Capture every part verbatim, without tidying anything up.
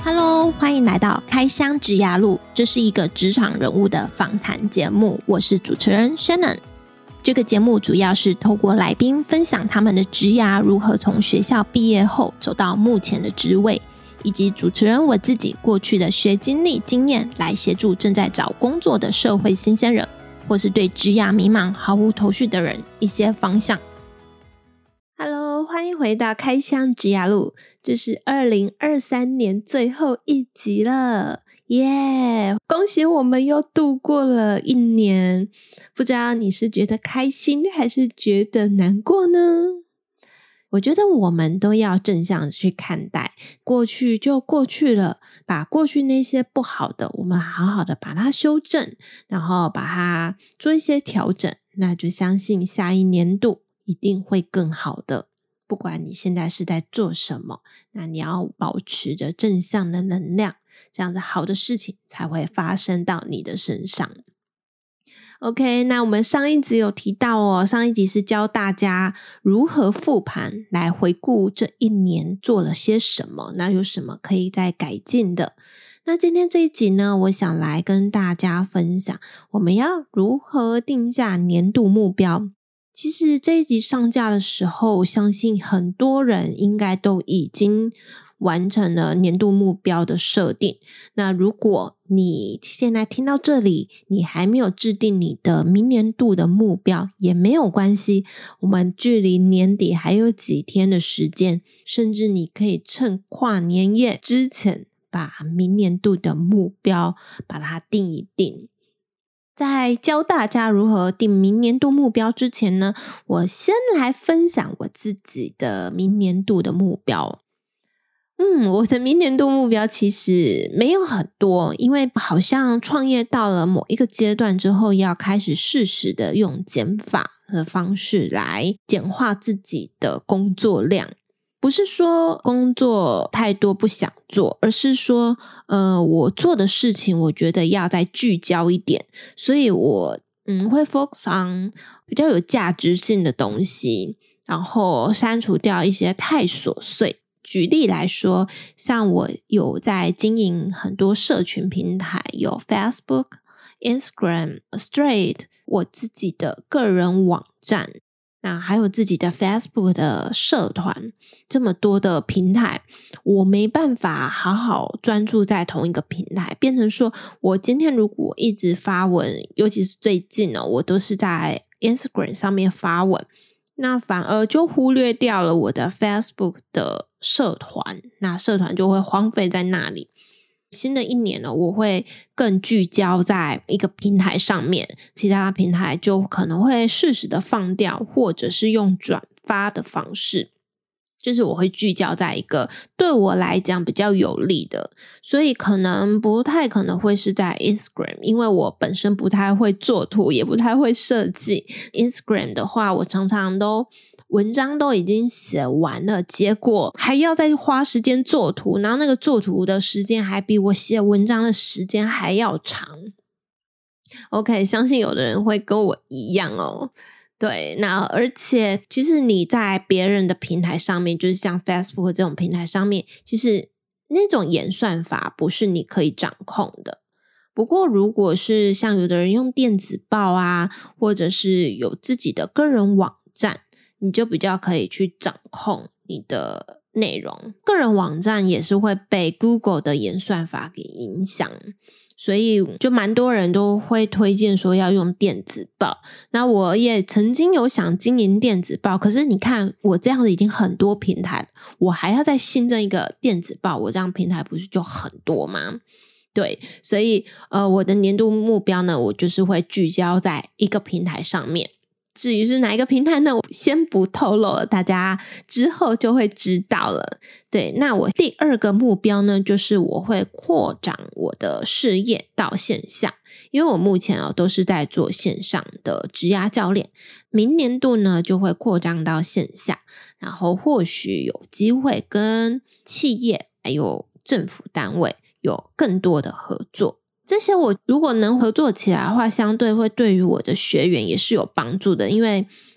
Hello， 欢迎来到开箱职涯路，这是一个职场人物的访谈节目，我是主持人 Shannon。 这个节目主要是透过来宾分享他们的职涯如何从学校毕业后走到目前的职位，以及主持人我自己过去的学经历经验，来协助正在找工作的社会新鲜人，或是对职涯迷茫毫无头绪的人一些方向。Hello， 欢迎回到开箱职涯路，这是二零二三年最后一集了，耶、yeah! 恭喜我们又度过了一年，不知道你是觉得开心还是觉得难过呢？我觉得我们都要正向去看待，过去就过去了，把过去那些不好的我们好好的把它修正，然后把它做一些调整，那就相信下一年度一定会更好的。不管你现在是在做什么，那你要保持着正向的能量，这样子好的事情才会发生到你的身上。OK， 那我们上一集有提到哦，上一集是教大家如何复盘，来回顾这一年做了些什么，那有什么可以再改进的。那今天这一集呢，我想来跟大家分享，我们要如何定下年度目标。其实这一集上架的时候，相信很多人应该都已经完成了年度目标的设定。那如果你现在听到这里，你还没有制定你的明年度的目标，也没有关系，我们距离年底还有几天的时间，甚至你可以趁跨年夜之前，把明年度的目标把它定一定。在教大家如何定明年度目标之前呢，我先来分享我自己的明年度的目标。嗯，我的明年度目标其实没有很多，因为好像创业到了某一个阶段之后，要开始适时的用减法的方式来简化自己的工作量。不是说工作太多不想做，而是说呃，我做的事情我觉得要再聚焦一点，所以我嗯会 focus on 比较有价值性的东西，然后删除掉一些太琐碎。举例来说，像我有在经营很多社群平台，有 Facebook、Instagram、Straight， 我自己的个人网站，那还有自己的 Facebook 的社团，这么多的平台，我没办法好好专注在同一个平台，变成说我今天如果一直发文，尤其是最近呢，我都是在 Instagram 上面发文，那反而就忽略掉了我的 Facebook 的社团，那社团就会荒废在那里。新的一年呢，我会更聚焦在一个平台上面，其他平台就可能会适时的放掉，或者是用转发的方式，就是我会聚焦在一个对我来讲比较有利的，所以可能不太可能会是在 Instagram， 因为我本身不太会做图，也不太会设计。Instagram 的话，我常常都文章都已经写完了，结果还要再花时间做图，然后那个做图的时间还比我写文章的时间还要长。 OK， 相信有的人会跟我一样哦。对，那而且其实你在别人的平台上面，就是像 Facebook 这种平台上面，其实那种演算法不是你可以掌控的。不过如果是像有的人用电子报啊，或者是有自己的个人网站，你就比较可以去掌控你的内容。个人网站也是会被 Google 的演算法给影响，所以就蛮多人都会推荐说要用电子报。那我也曾经有想经营电子报，可是你看我这样子已经很多平台了，我还要再新增一个电子报，我这样平台不是就很多吗？对，所以呃，我的年度目标呢，我就是会聚焦在一个平台上面。至于是哪一个平台呢，我先不透露了，大家之后就会知道了。对，那我第二个目标呢，就是我会扩展我的事业到线下，因为我目前哦都是在做线上的职涯教练，明年度呢就会扩张到线下，然后或许有机会跟企业还有政府单位有更多的合作。这些我如果能合作起来的话，相对会对于我的学员也是有帮助的，因为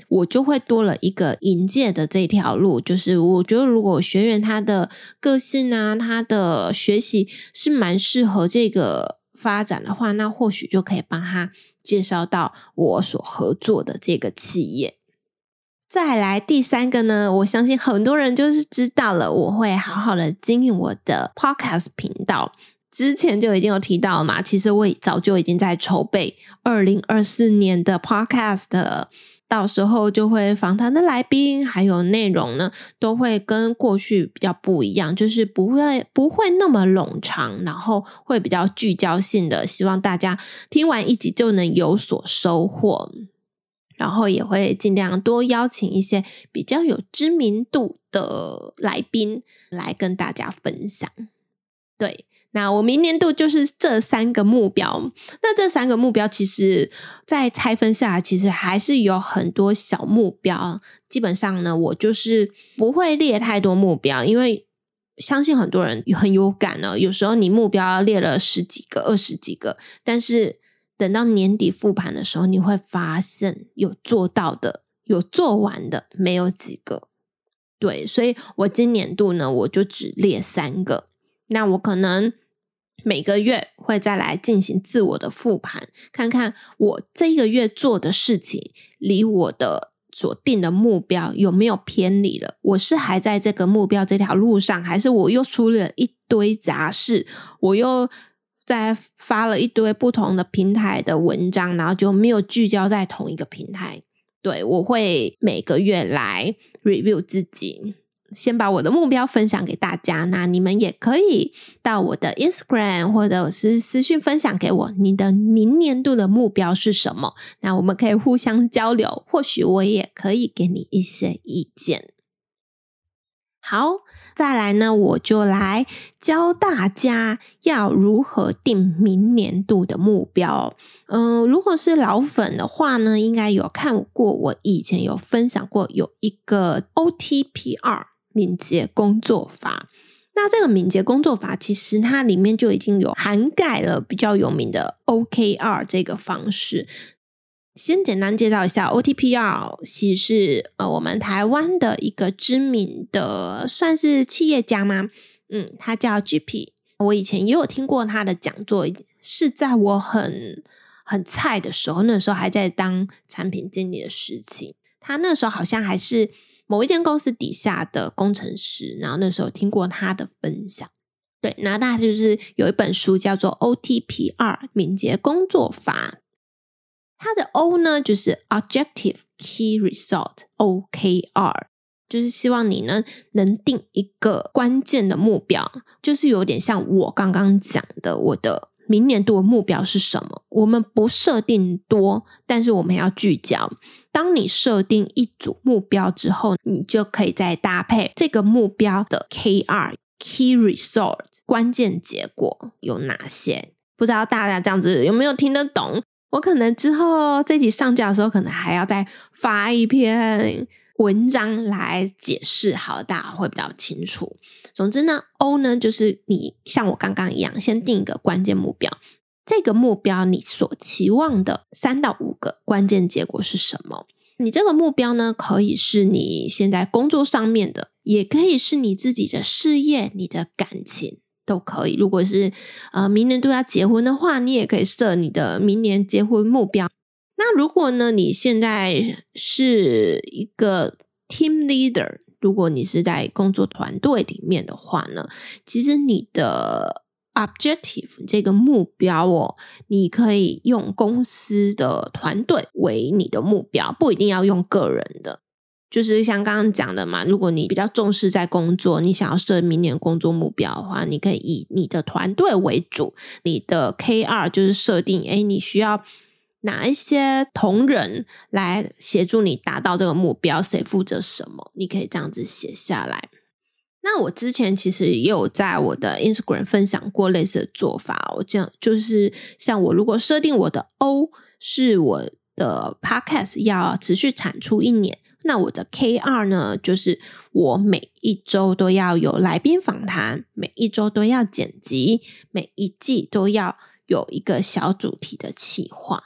我就会多了一个引介的这条路，就是我觉得如果学员他的个性啊，他的学习是蛮适合这个发展的话，那或许就可以帮他介绍到我所合作的这个企业。再来第三个呢，我相信很多人就是知道了，我会好好的经营我的 podcast 频道。之前就已经有提到了嘛，其实我早就已经在筹备二零二四年的 podcast 了，到时候就会访谈的来宾还有内容呢都会跟过去比较不一样，就是不会不会那么冗长，然后会比较聚焦性的，希望大家听完一集就能有所收获，然后也会尽量多邀请一些比较有知名度的来宾来跟大家分享。对，那我明年度就是这三个目标，那这三个目标其实再拆分下来，其实还是有很多小目标。基本上呢，我就是不会列太多目标，因为相信很多人很有感呢，有时候你目标列了十几个、二十几个，但是等到年底复盘的时候，你会发现有做到的、有做完的没有几个。对，所以我今年度呢，我就只列三个。那我可能每个月会再来进行自我的复盘，看看我这个月做的事情离我的所定的目标有没有偏离了，我是还在这个目标这条路上，还是我又出了一堆杂事，我又在发了一堆不同的平台的文章，然后就没有聚焦在同一个平台。对，我会每个月来 review 自己，先把我的目标分享给大家，那你们也可以到我的 Instagram 或者是私讯分享给我，你的明年度的目标是什么，那我们可以互相交流，或许我也可以给你一些意见。好，再来呢，我就来教大家要如何定明年度的目标。嗯、呃，如果是老粉的话呢，应该有看过我以前有分享过有一个 O T P R 敏捷工作法。那这个敏捷工作法其实它里面就已经有涵盖了比较有名的 O K R 这个方式。先简单介绍一下 O T P R， 其实是呃我们台湾的一个知名的算是企业家吗？嗯，他叫 G P， 我以前也有听过他的讲座，是在我很很菜的时候，那时候还在当产品经理的时期，他那时候好像还是某一间公司底下的工程师，然后那时候听过他的分享。对，那他就是有一本书叫做 O T P R 敏捷工作法，它的 O 呢就是 Objective Key Result O K R， 就是希望你呢能定一个关键的目标，就是有点像我刚刚讲的，我的明年度的目标是什么，我们不设定多，但是我们要聚焦。当你设定一组目标之后，你就可以再搭配这个目标的 K R Key Result 关键结果有哪些，不知道大家这样子有没有听得懂。我可能之后这集上架的时候可能还要再发一篇文章来解释，好，大家会比较清楚。总之呢 O 呢就是你像我刚刚一样先定一个关键目标，这个目标你所期望的三到五个关键结果是什么。你这个目标呢可以是你现在工作上面的，也可以是你自己的事业，你的感情都可以。如果是呃明年度要结婚的话，你也可以设你的明年结婚目标。那如果呢你现在是一个 team leader， 如果你是在工作团队里面的话呢，其实你的 objective 这个目标哦，你可以用公司的团队为你的目标，不一定要用个人的。就是像刚刚讲的嘛，如果你比较重视在工作，你想要设明年工作目标的话，你可以以你的团队为主，你的 K R 就是设定诶你需要哪一些同仁来协助你达到这个目标，谁负责什么，你可以这样子写下来。那我之前其实也有在我的 Instagram 分享过类似的做法，我这样就是像我如果设定我的 O 是我的 Podcast 要持续产出一年，那我的 K R 呢就是我每一周都要有来宾访谈，每一周都要剪辑，每一季都要有一个小主题的企划，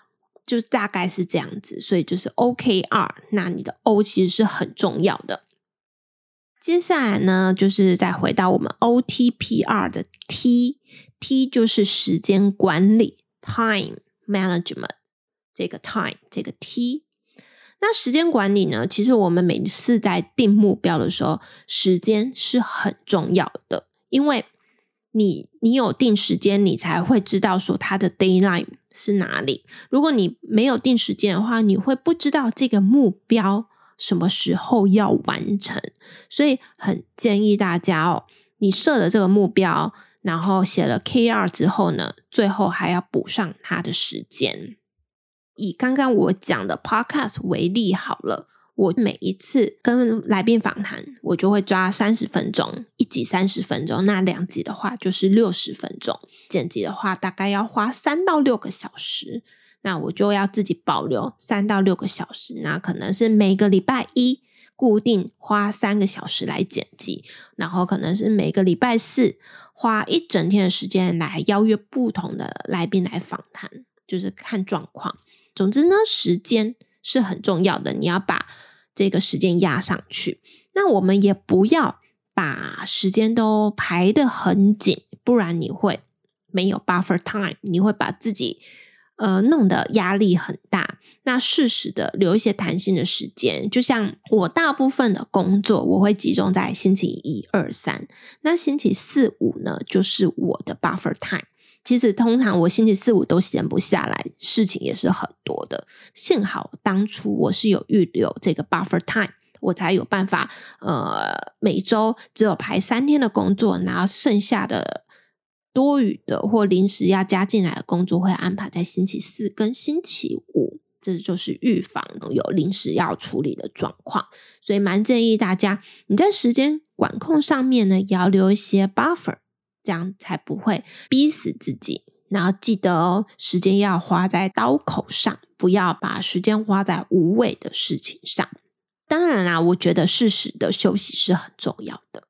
就大概是这样子，所以就是 O K R， 那你的 O 其实是很重要的。接下来呢，就是再回到我们 O T P R 的 T， T 就是时间管理 Time Management， 这个 Time 这个 T。 那时间管理呢，其实我们每次在定目标的时候，时间是很重要的，因为你你有定时间，你才会知道说它的 deadline 是哪里。如果你没有定时间的话，你会不知道这个目标什么时候要完成。所以很建议大家哦，你设了这个目标，然后写了 K R 之后呢，最后还要补上它的时间。以刚刚我讲的 podcast 为例好了，我每一次跟来宾访谈，我就会抓三十分钟，一集三十分钟，那两集的话就是六十分钟，剪辑的话大概要花三到六个小时，那我就要自己保留三到六个小时，那可能是每个礼拜一固定花三个小时来剪辑，然后可能是每个礼拜四花一整天的时间来邀约不同的来宾来访谈，就是看状况。总之呢，时间是很重要的，你要把这个时间压上去。那我们也不要把时间都排得很紧，不然你会没有 buffer time， 你会把自己呃弄得压力很大。那适时的留一些弹性的时间，就像我大部分的工作我会集中在星期一二三，那星期四五呢就是我的 buffer time。其实通常我星期四五都闲不下来，事情也是很多的，幸好当初我是有预留这个 buffer time， 我才有办法呃每周只有排三天的工作，然后剩下的多余的或临时要加进来的工作会安排在星期四跟星期五，这就是预防有临时要处理的状况。所以蛮建议大家你在时间管控上面呢，也要留一些 buffer，这样才不会逼死自己。然后记得哦，时间要花在刀口上，不要把时间花在无谓的事情上。当然啦，我觉得适时的休息是很重要的。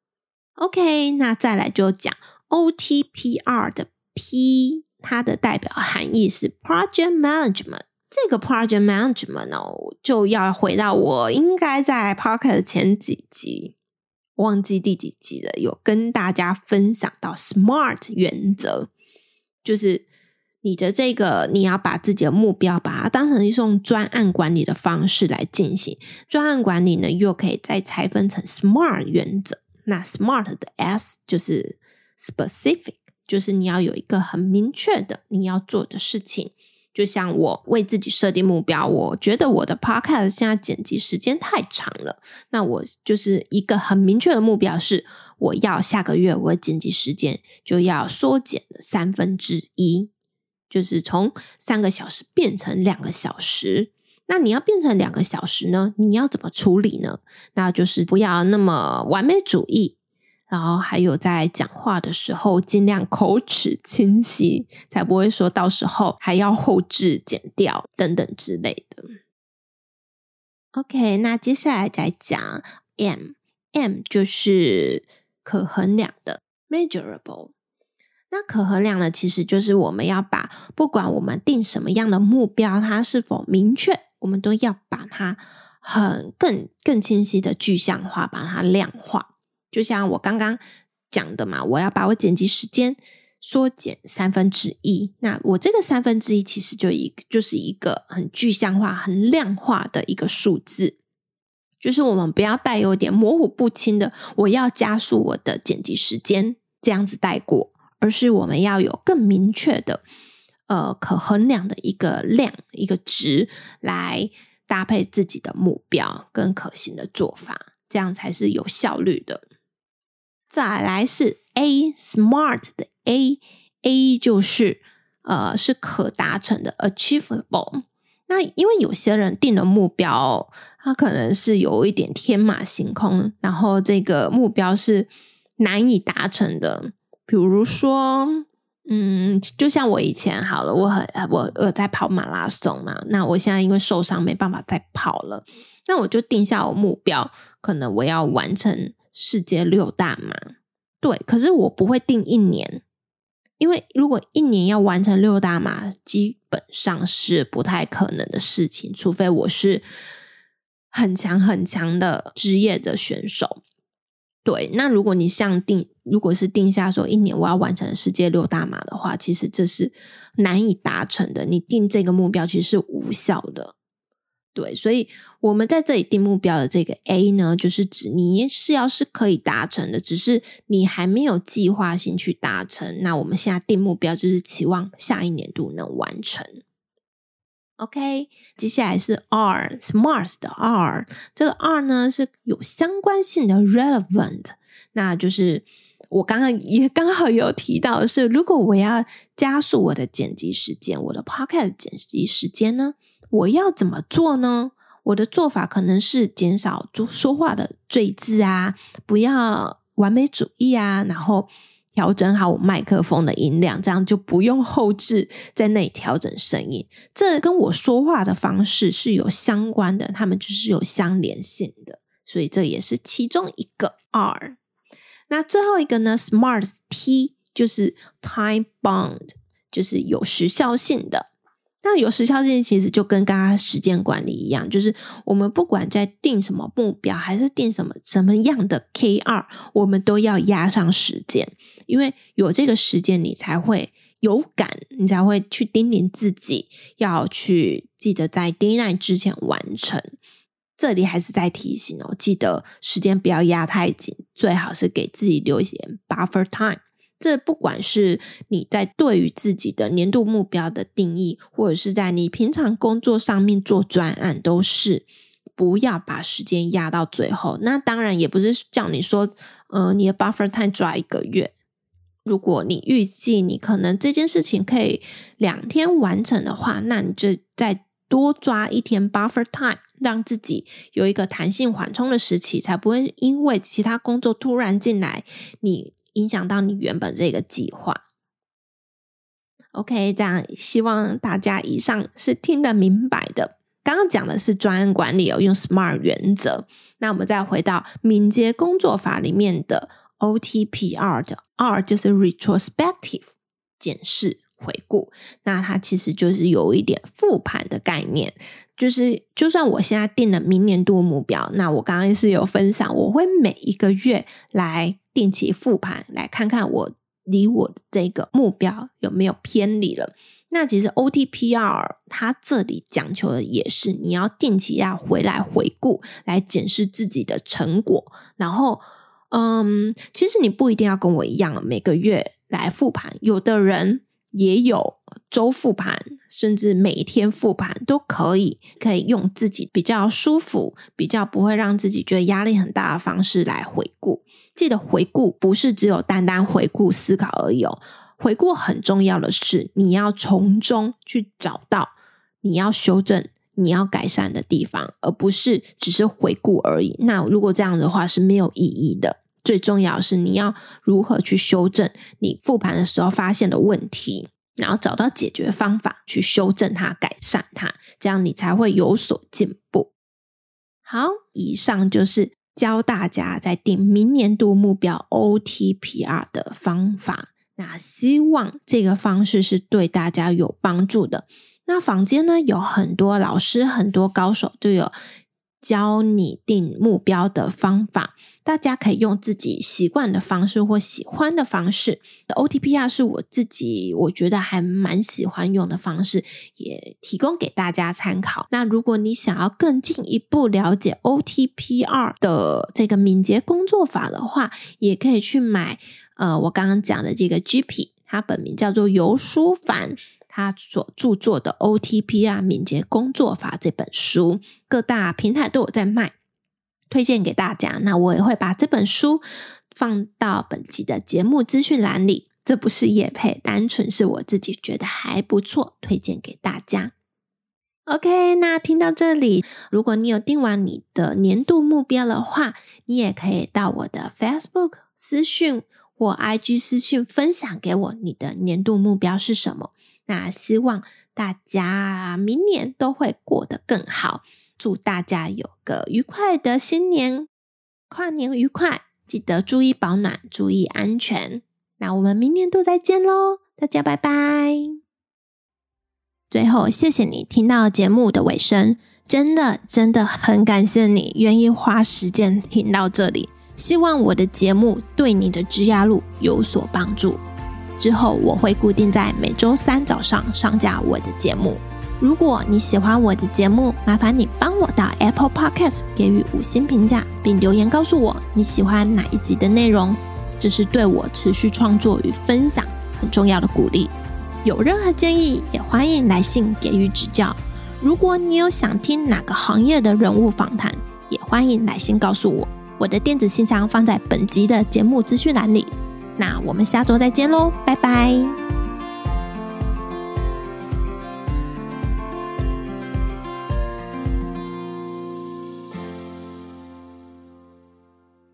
OK， 那再来就讲 O T P R 的 P， 它的代表含义是 Project Management。 这个 Project Management 哦，就要回到我应该在 Podcast 前几集，忘记第几集了，有跟大家分享到 SMART 原则，就是你的这个你要把自己的目标把它当成一种专案管理的方式来进行。专案管理呢又可以再拆分成 SMART 原则，那 SMART 的 S 就是 specific， 就是你要有一个很明确的你要做的事情。就像我为自己设定目标，我觉得我的 podcast 现在剪辑时间太长了，那我就是一个很明确的目标是我要下个月我的剪辑时间就要缩减了三分之一，就是从三个小时变成两个小时。那你要变成两个小时呢，你要怎么处理呢？那就是不要那么完美主义，然后还有在讲话的时候尽量口齿清晰，才不会说到时候还要后置剪掉等等之类的。 OK， 那接下来再讲 M M 就是可衡量的 measurable。 那可衡量的其实就是我们要把不管我们定什么样的目标，它是否明确，我们都要把它很更更清晰的具象化，把它量化。就像我刚刚讲的嘛，我要把我剪辑时间缩减三分之一，那我这个三分之一其实就一就是一个很具象化很量化的一个数字，就是我们不要带有点模糊不清的我要加速我的剪辑时间这样子带过，而是我们要有更明确的呃可衡量的一个量一个值来搭配自己的目标跟可行的做法，这样才是有效率的。再来是 A SMART 的 A A 就是呃是可达成的 achievable。 那因为有些人定的目标他可能是有一点天马行空，然后这个目标是难以达成的。比如说嗯，就像我以前好了，我很我我在跑马拉松嘛，那我现在因为受伤没办法再跑了，那我就定下我目标，可能我要完成世界六大马。对，可是我不会定一年， 因为如果一年要完成六大马，基本上是不太可能的事情，除非我是很强很强的职业的选手。对，那如果你像定，如果是定下说一年我要完成世界六大马的话，其实这是难以达成的，你定这个目标其实是无效的。对，所以我们在这里定目标的这个 A 呢，就是指你是要是可以达成的，只是你还没有计划性去达成，那我们现在定目标就是期望下一年度能完成。OK， 接下来是 R， Smart 的 R， 这个 R 呢是有相关性的 relevant， 那就是我刚刚也刚好有提到的是，如果我要加速我的剪辑时间，我的 podcast 剪辑时间呢，我要怎么做呢？我的做法可能是减少说话的赘字啊，不要完美主义啊，然后调整好我麦克风的音量，这样就不用后置在那里调整声音。这跟我说话的方式是有相关的，它们就是有相连性的，所以这也是其中一个 R。 那最后一个呢 Smart T 就是 Time Bound， 就是有时效性的。那有时效性其实就跟刚刚时间管理一样，就是我们不管在定什么目标还是定什么什么样的 K R， 我们都要压上时间，因为有这个时间你才会有感，你才会去叮咛自己要去记得在 deadline 之前完成。这里还是在提醒哦，记得时间不要压太紧，最好是给自己留一些 buffer time。这不管是你在对于自己的年度目标的定义，或者是在你平常工作上面做专案，都是不要把时间压到最后。那当然也不是叫你说呃，你的 buffer time 抓一个月，如果你预计你可能这件事情可以两天完成的话，那你就再多抓一天 buffer time， 让自己有一个弹性缓冲的时期，才不会因为其他工作突然进来，你影响到你原本这个计划。 OK， 这样希望大家以上是听得明白的。刚刚讲的是专案管理哦，用 SMART 原则。那我们再回到敏捷工作法里面的 O T P R 的 R， 就是 retrospective， 检视回顾。那它其实就是有一点复盘的概念，就是就算我现在定了明年度目标，那我刚刚是有分享，我会每一个月来定期复盘，来看看我离我的这个目标有没有偏离了。那其实 O T P R 它这里讲求的也是你要定期要回来回顾，来检视自己的成果。然后嗯，其实你不一定要跟我一样每个月来复盘，有的人也有周复盘，甚至每天复盘都可以，可以用自己比较舒服，比较不会让自己觉得压力很大的方式来回顾。记得回顾不是只有单单回顾思考而已哦，回顾很重要的是你要从中去找到你要修正你要改善的地方，而不是只是回顾而已。那如果这样的话是没有意义的。最重要的是你要如何去修正你复盘的时候发现的问题，然后找到解决方法去修正它改善它，这样你才会有所进步。好，以上就是教大家在定明年度目标 O T P R 的方法，那希望这个方式是对大家有帮助的。那坊间呢有很多老师很多高手都有教你定目标的方法，大家可以用自己习惯的方式或喜欢的方式。 O T P R 是我自己我觉得还蛮喜欢用的方式，也提供给大家参考。那如果你想要更进一步了解 O T P R 的这个敏捷工作法的话，也可以去买呃，我刚刚讲的这个 G P， 它本名叫做游书凡，他所著作的 O T P R 敏捷工作法这本书，各大平台都有在卖，推荐给大家。那我也会把这本书放到本集的节目资讯栏里，这不是业配，单纯是我自己觉得还不错，推荐给大家。 OK， 那听到这里，如果你有定完你的年度目标的话，你也可以到我的 Facebook 私讯或 I G 私讯分享给我你的年度目标是什么。那希望大家明年都会过得更好，祝大家有个愉快的新年，跨年愉快，记得注意保暖，注意安全。那我们明年度再见咯， 大家拜拜。最后，谢谢你听到节目的尾声，真的真的很感谢你愿意花时间听到这里，希望我的节目对你的职涯路有所帮助。之后我会固定在每周三早上上架我的节目。如果你喜欢我的节目，麻烦你帮我到 Apple Podcast 给予五星评价，并留言告诉我你喜欢哪一集的内容，这是对我持续创作与分享很重要的鼓励。有任何建议也欢迎来信给予指教。如果你有想听哪个行业的人物访谈，也欢迎来信告诉我。我的电子信箱放在本集的节目资讯栏里。那我们下周再见咯，拜拜。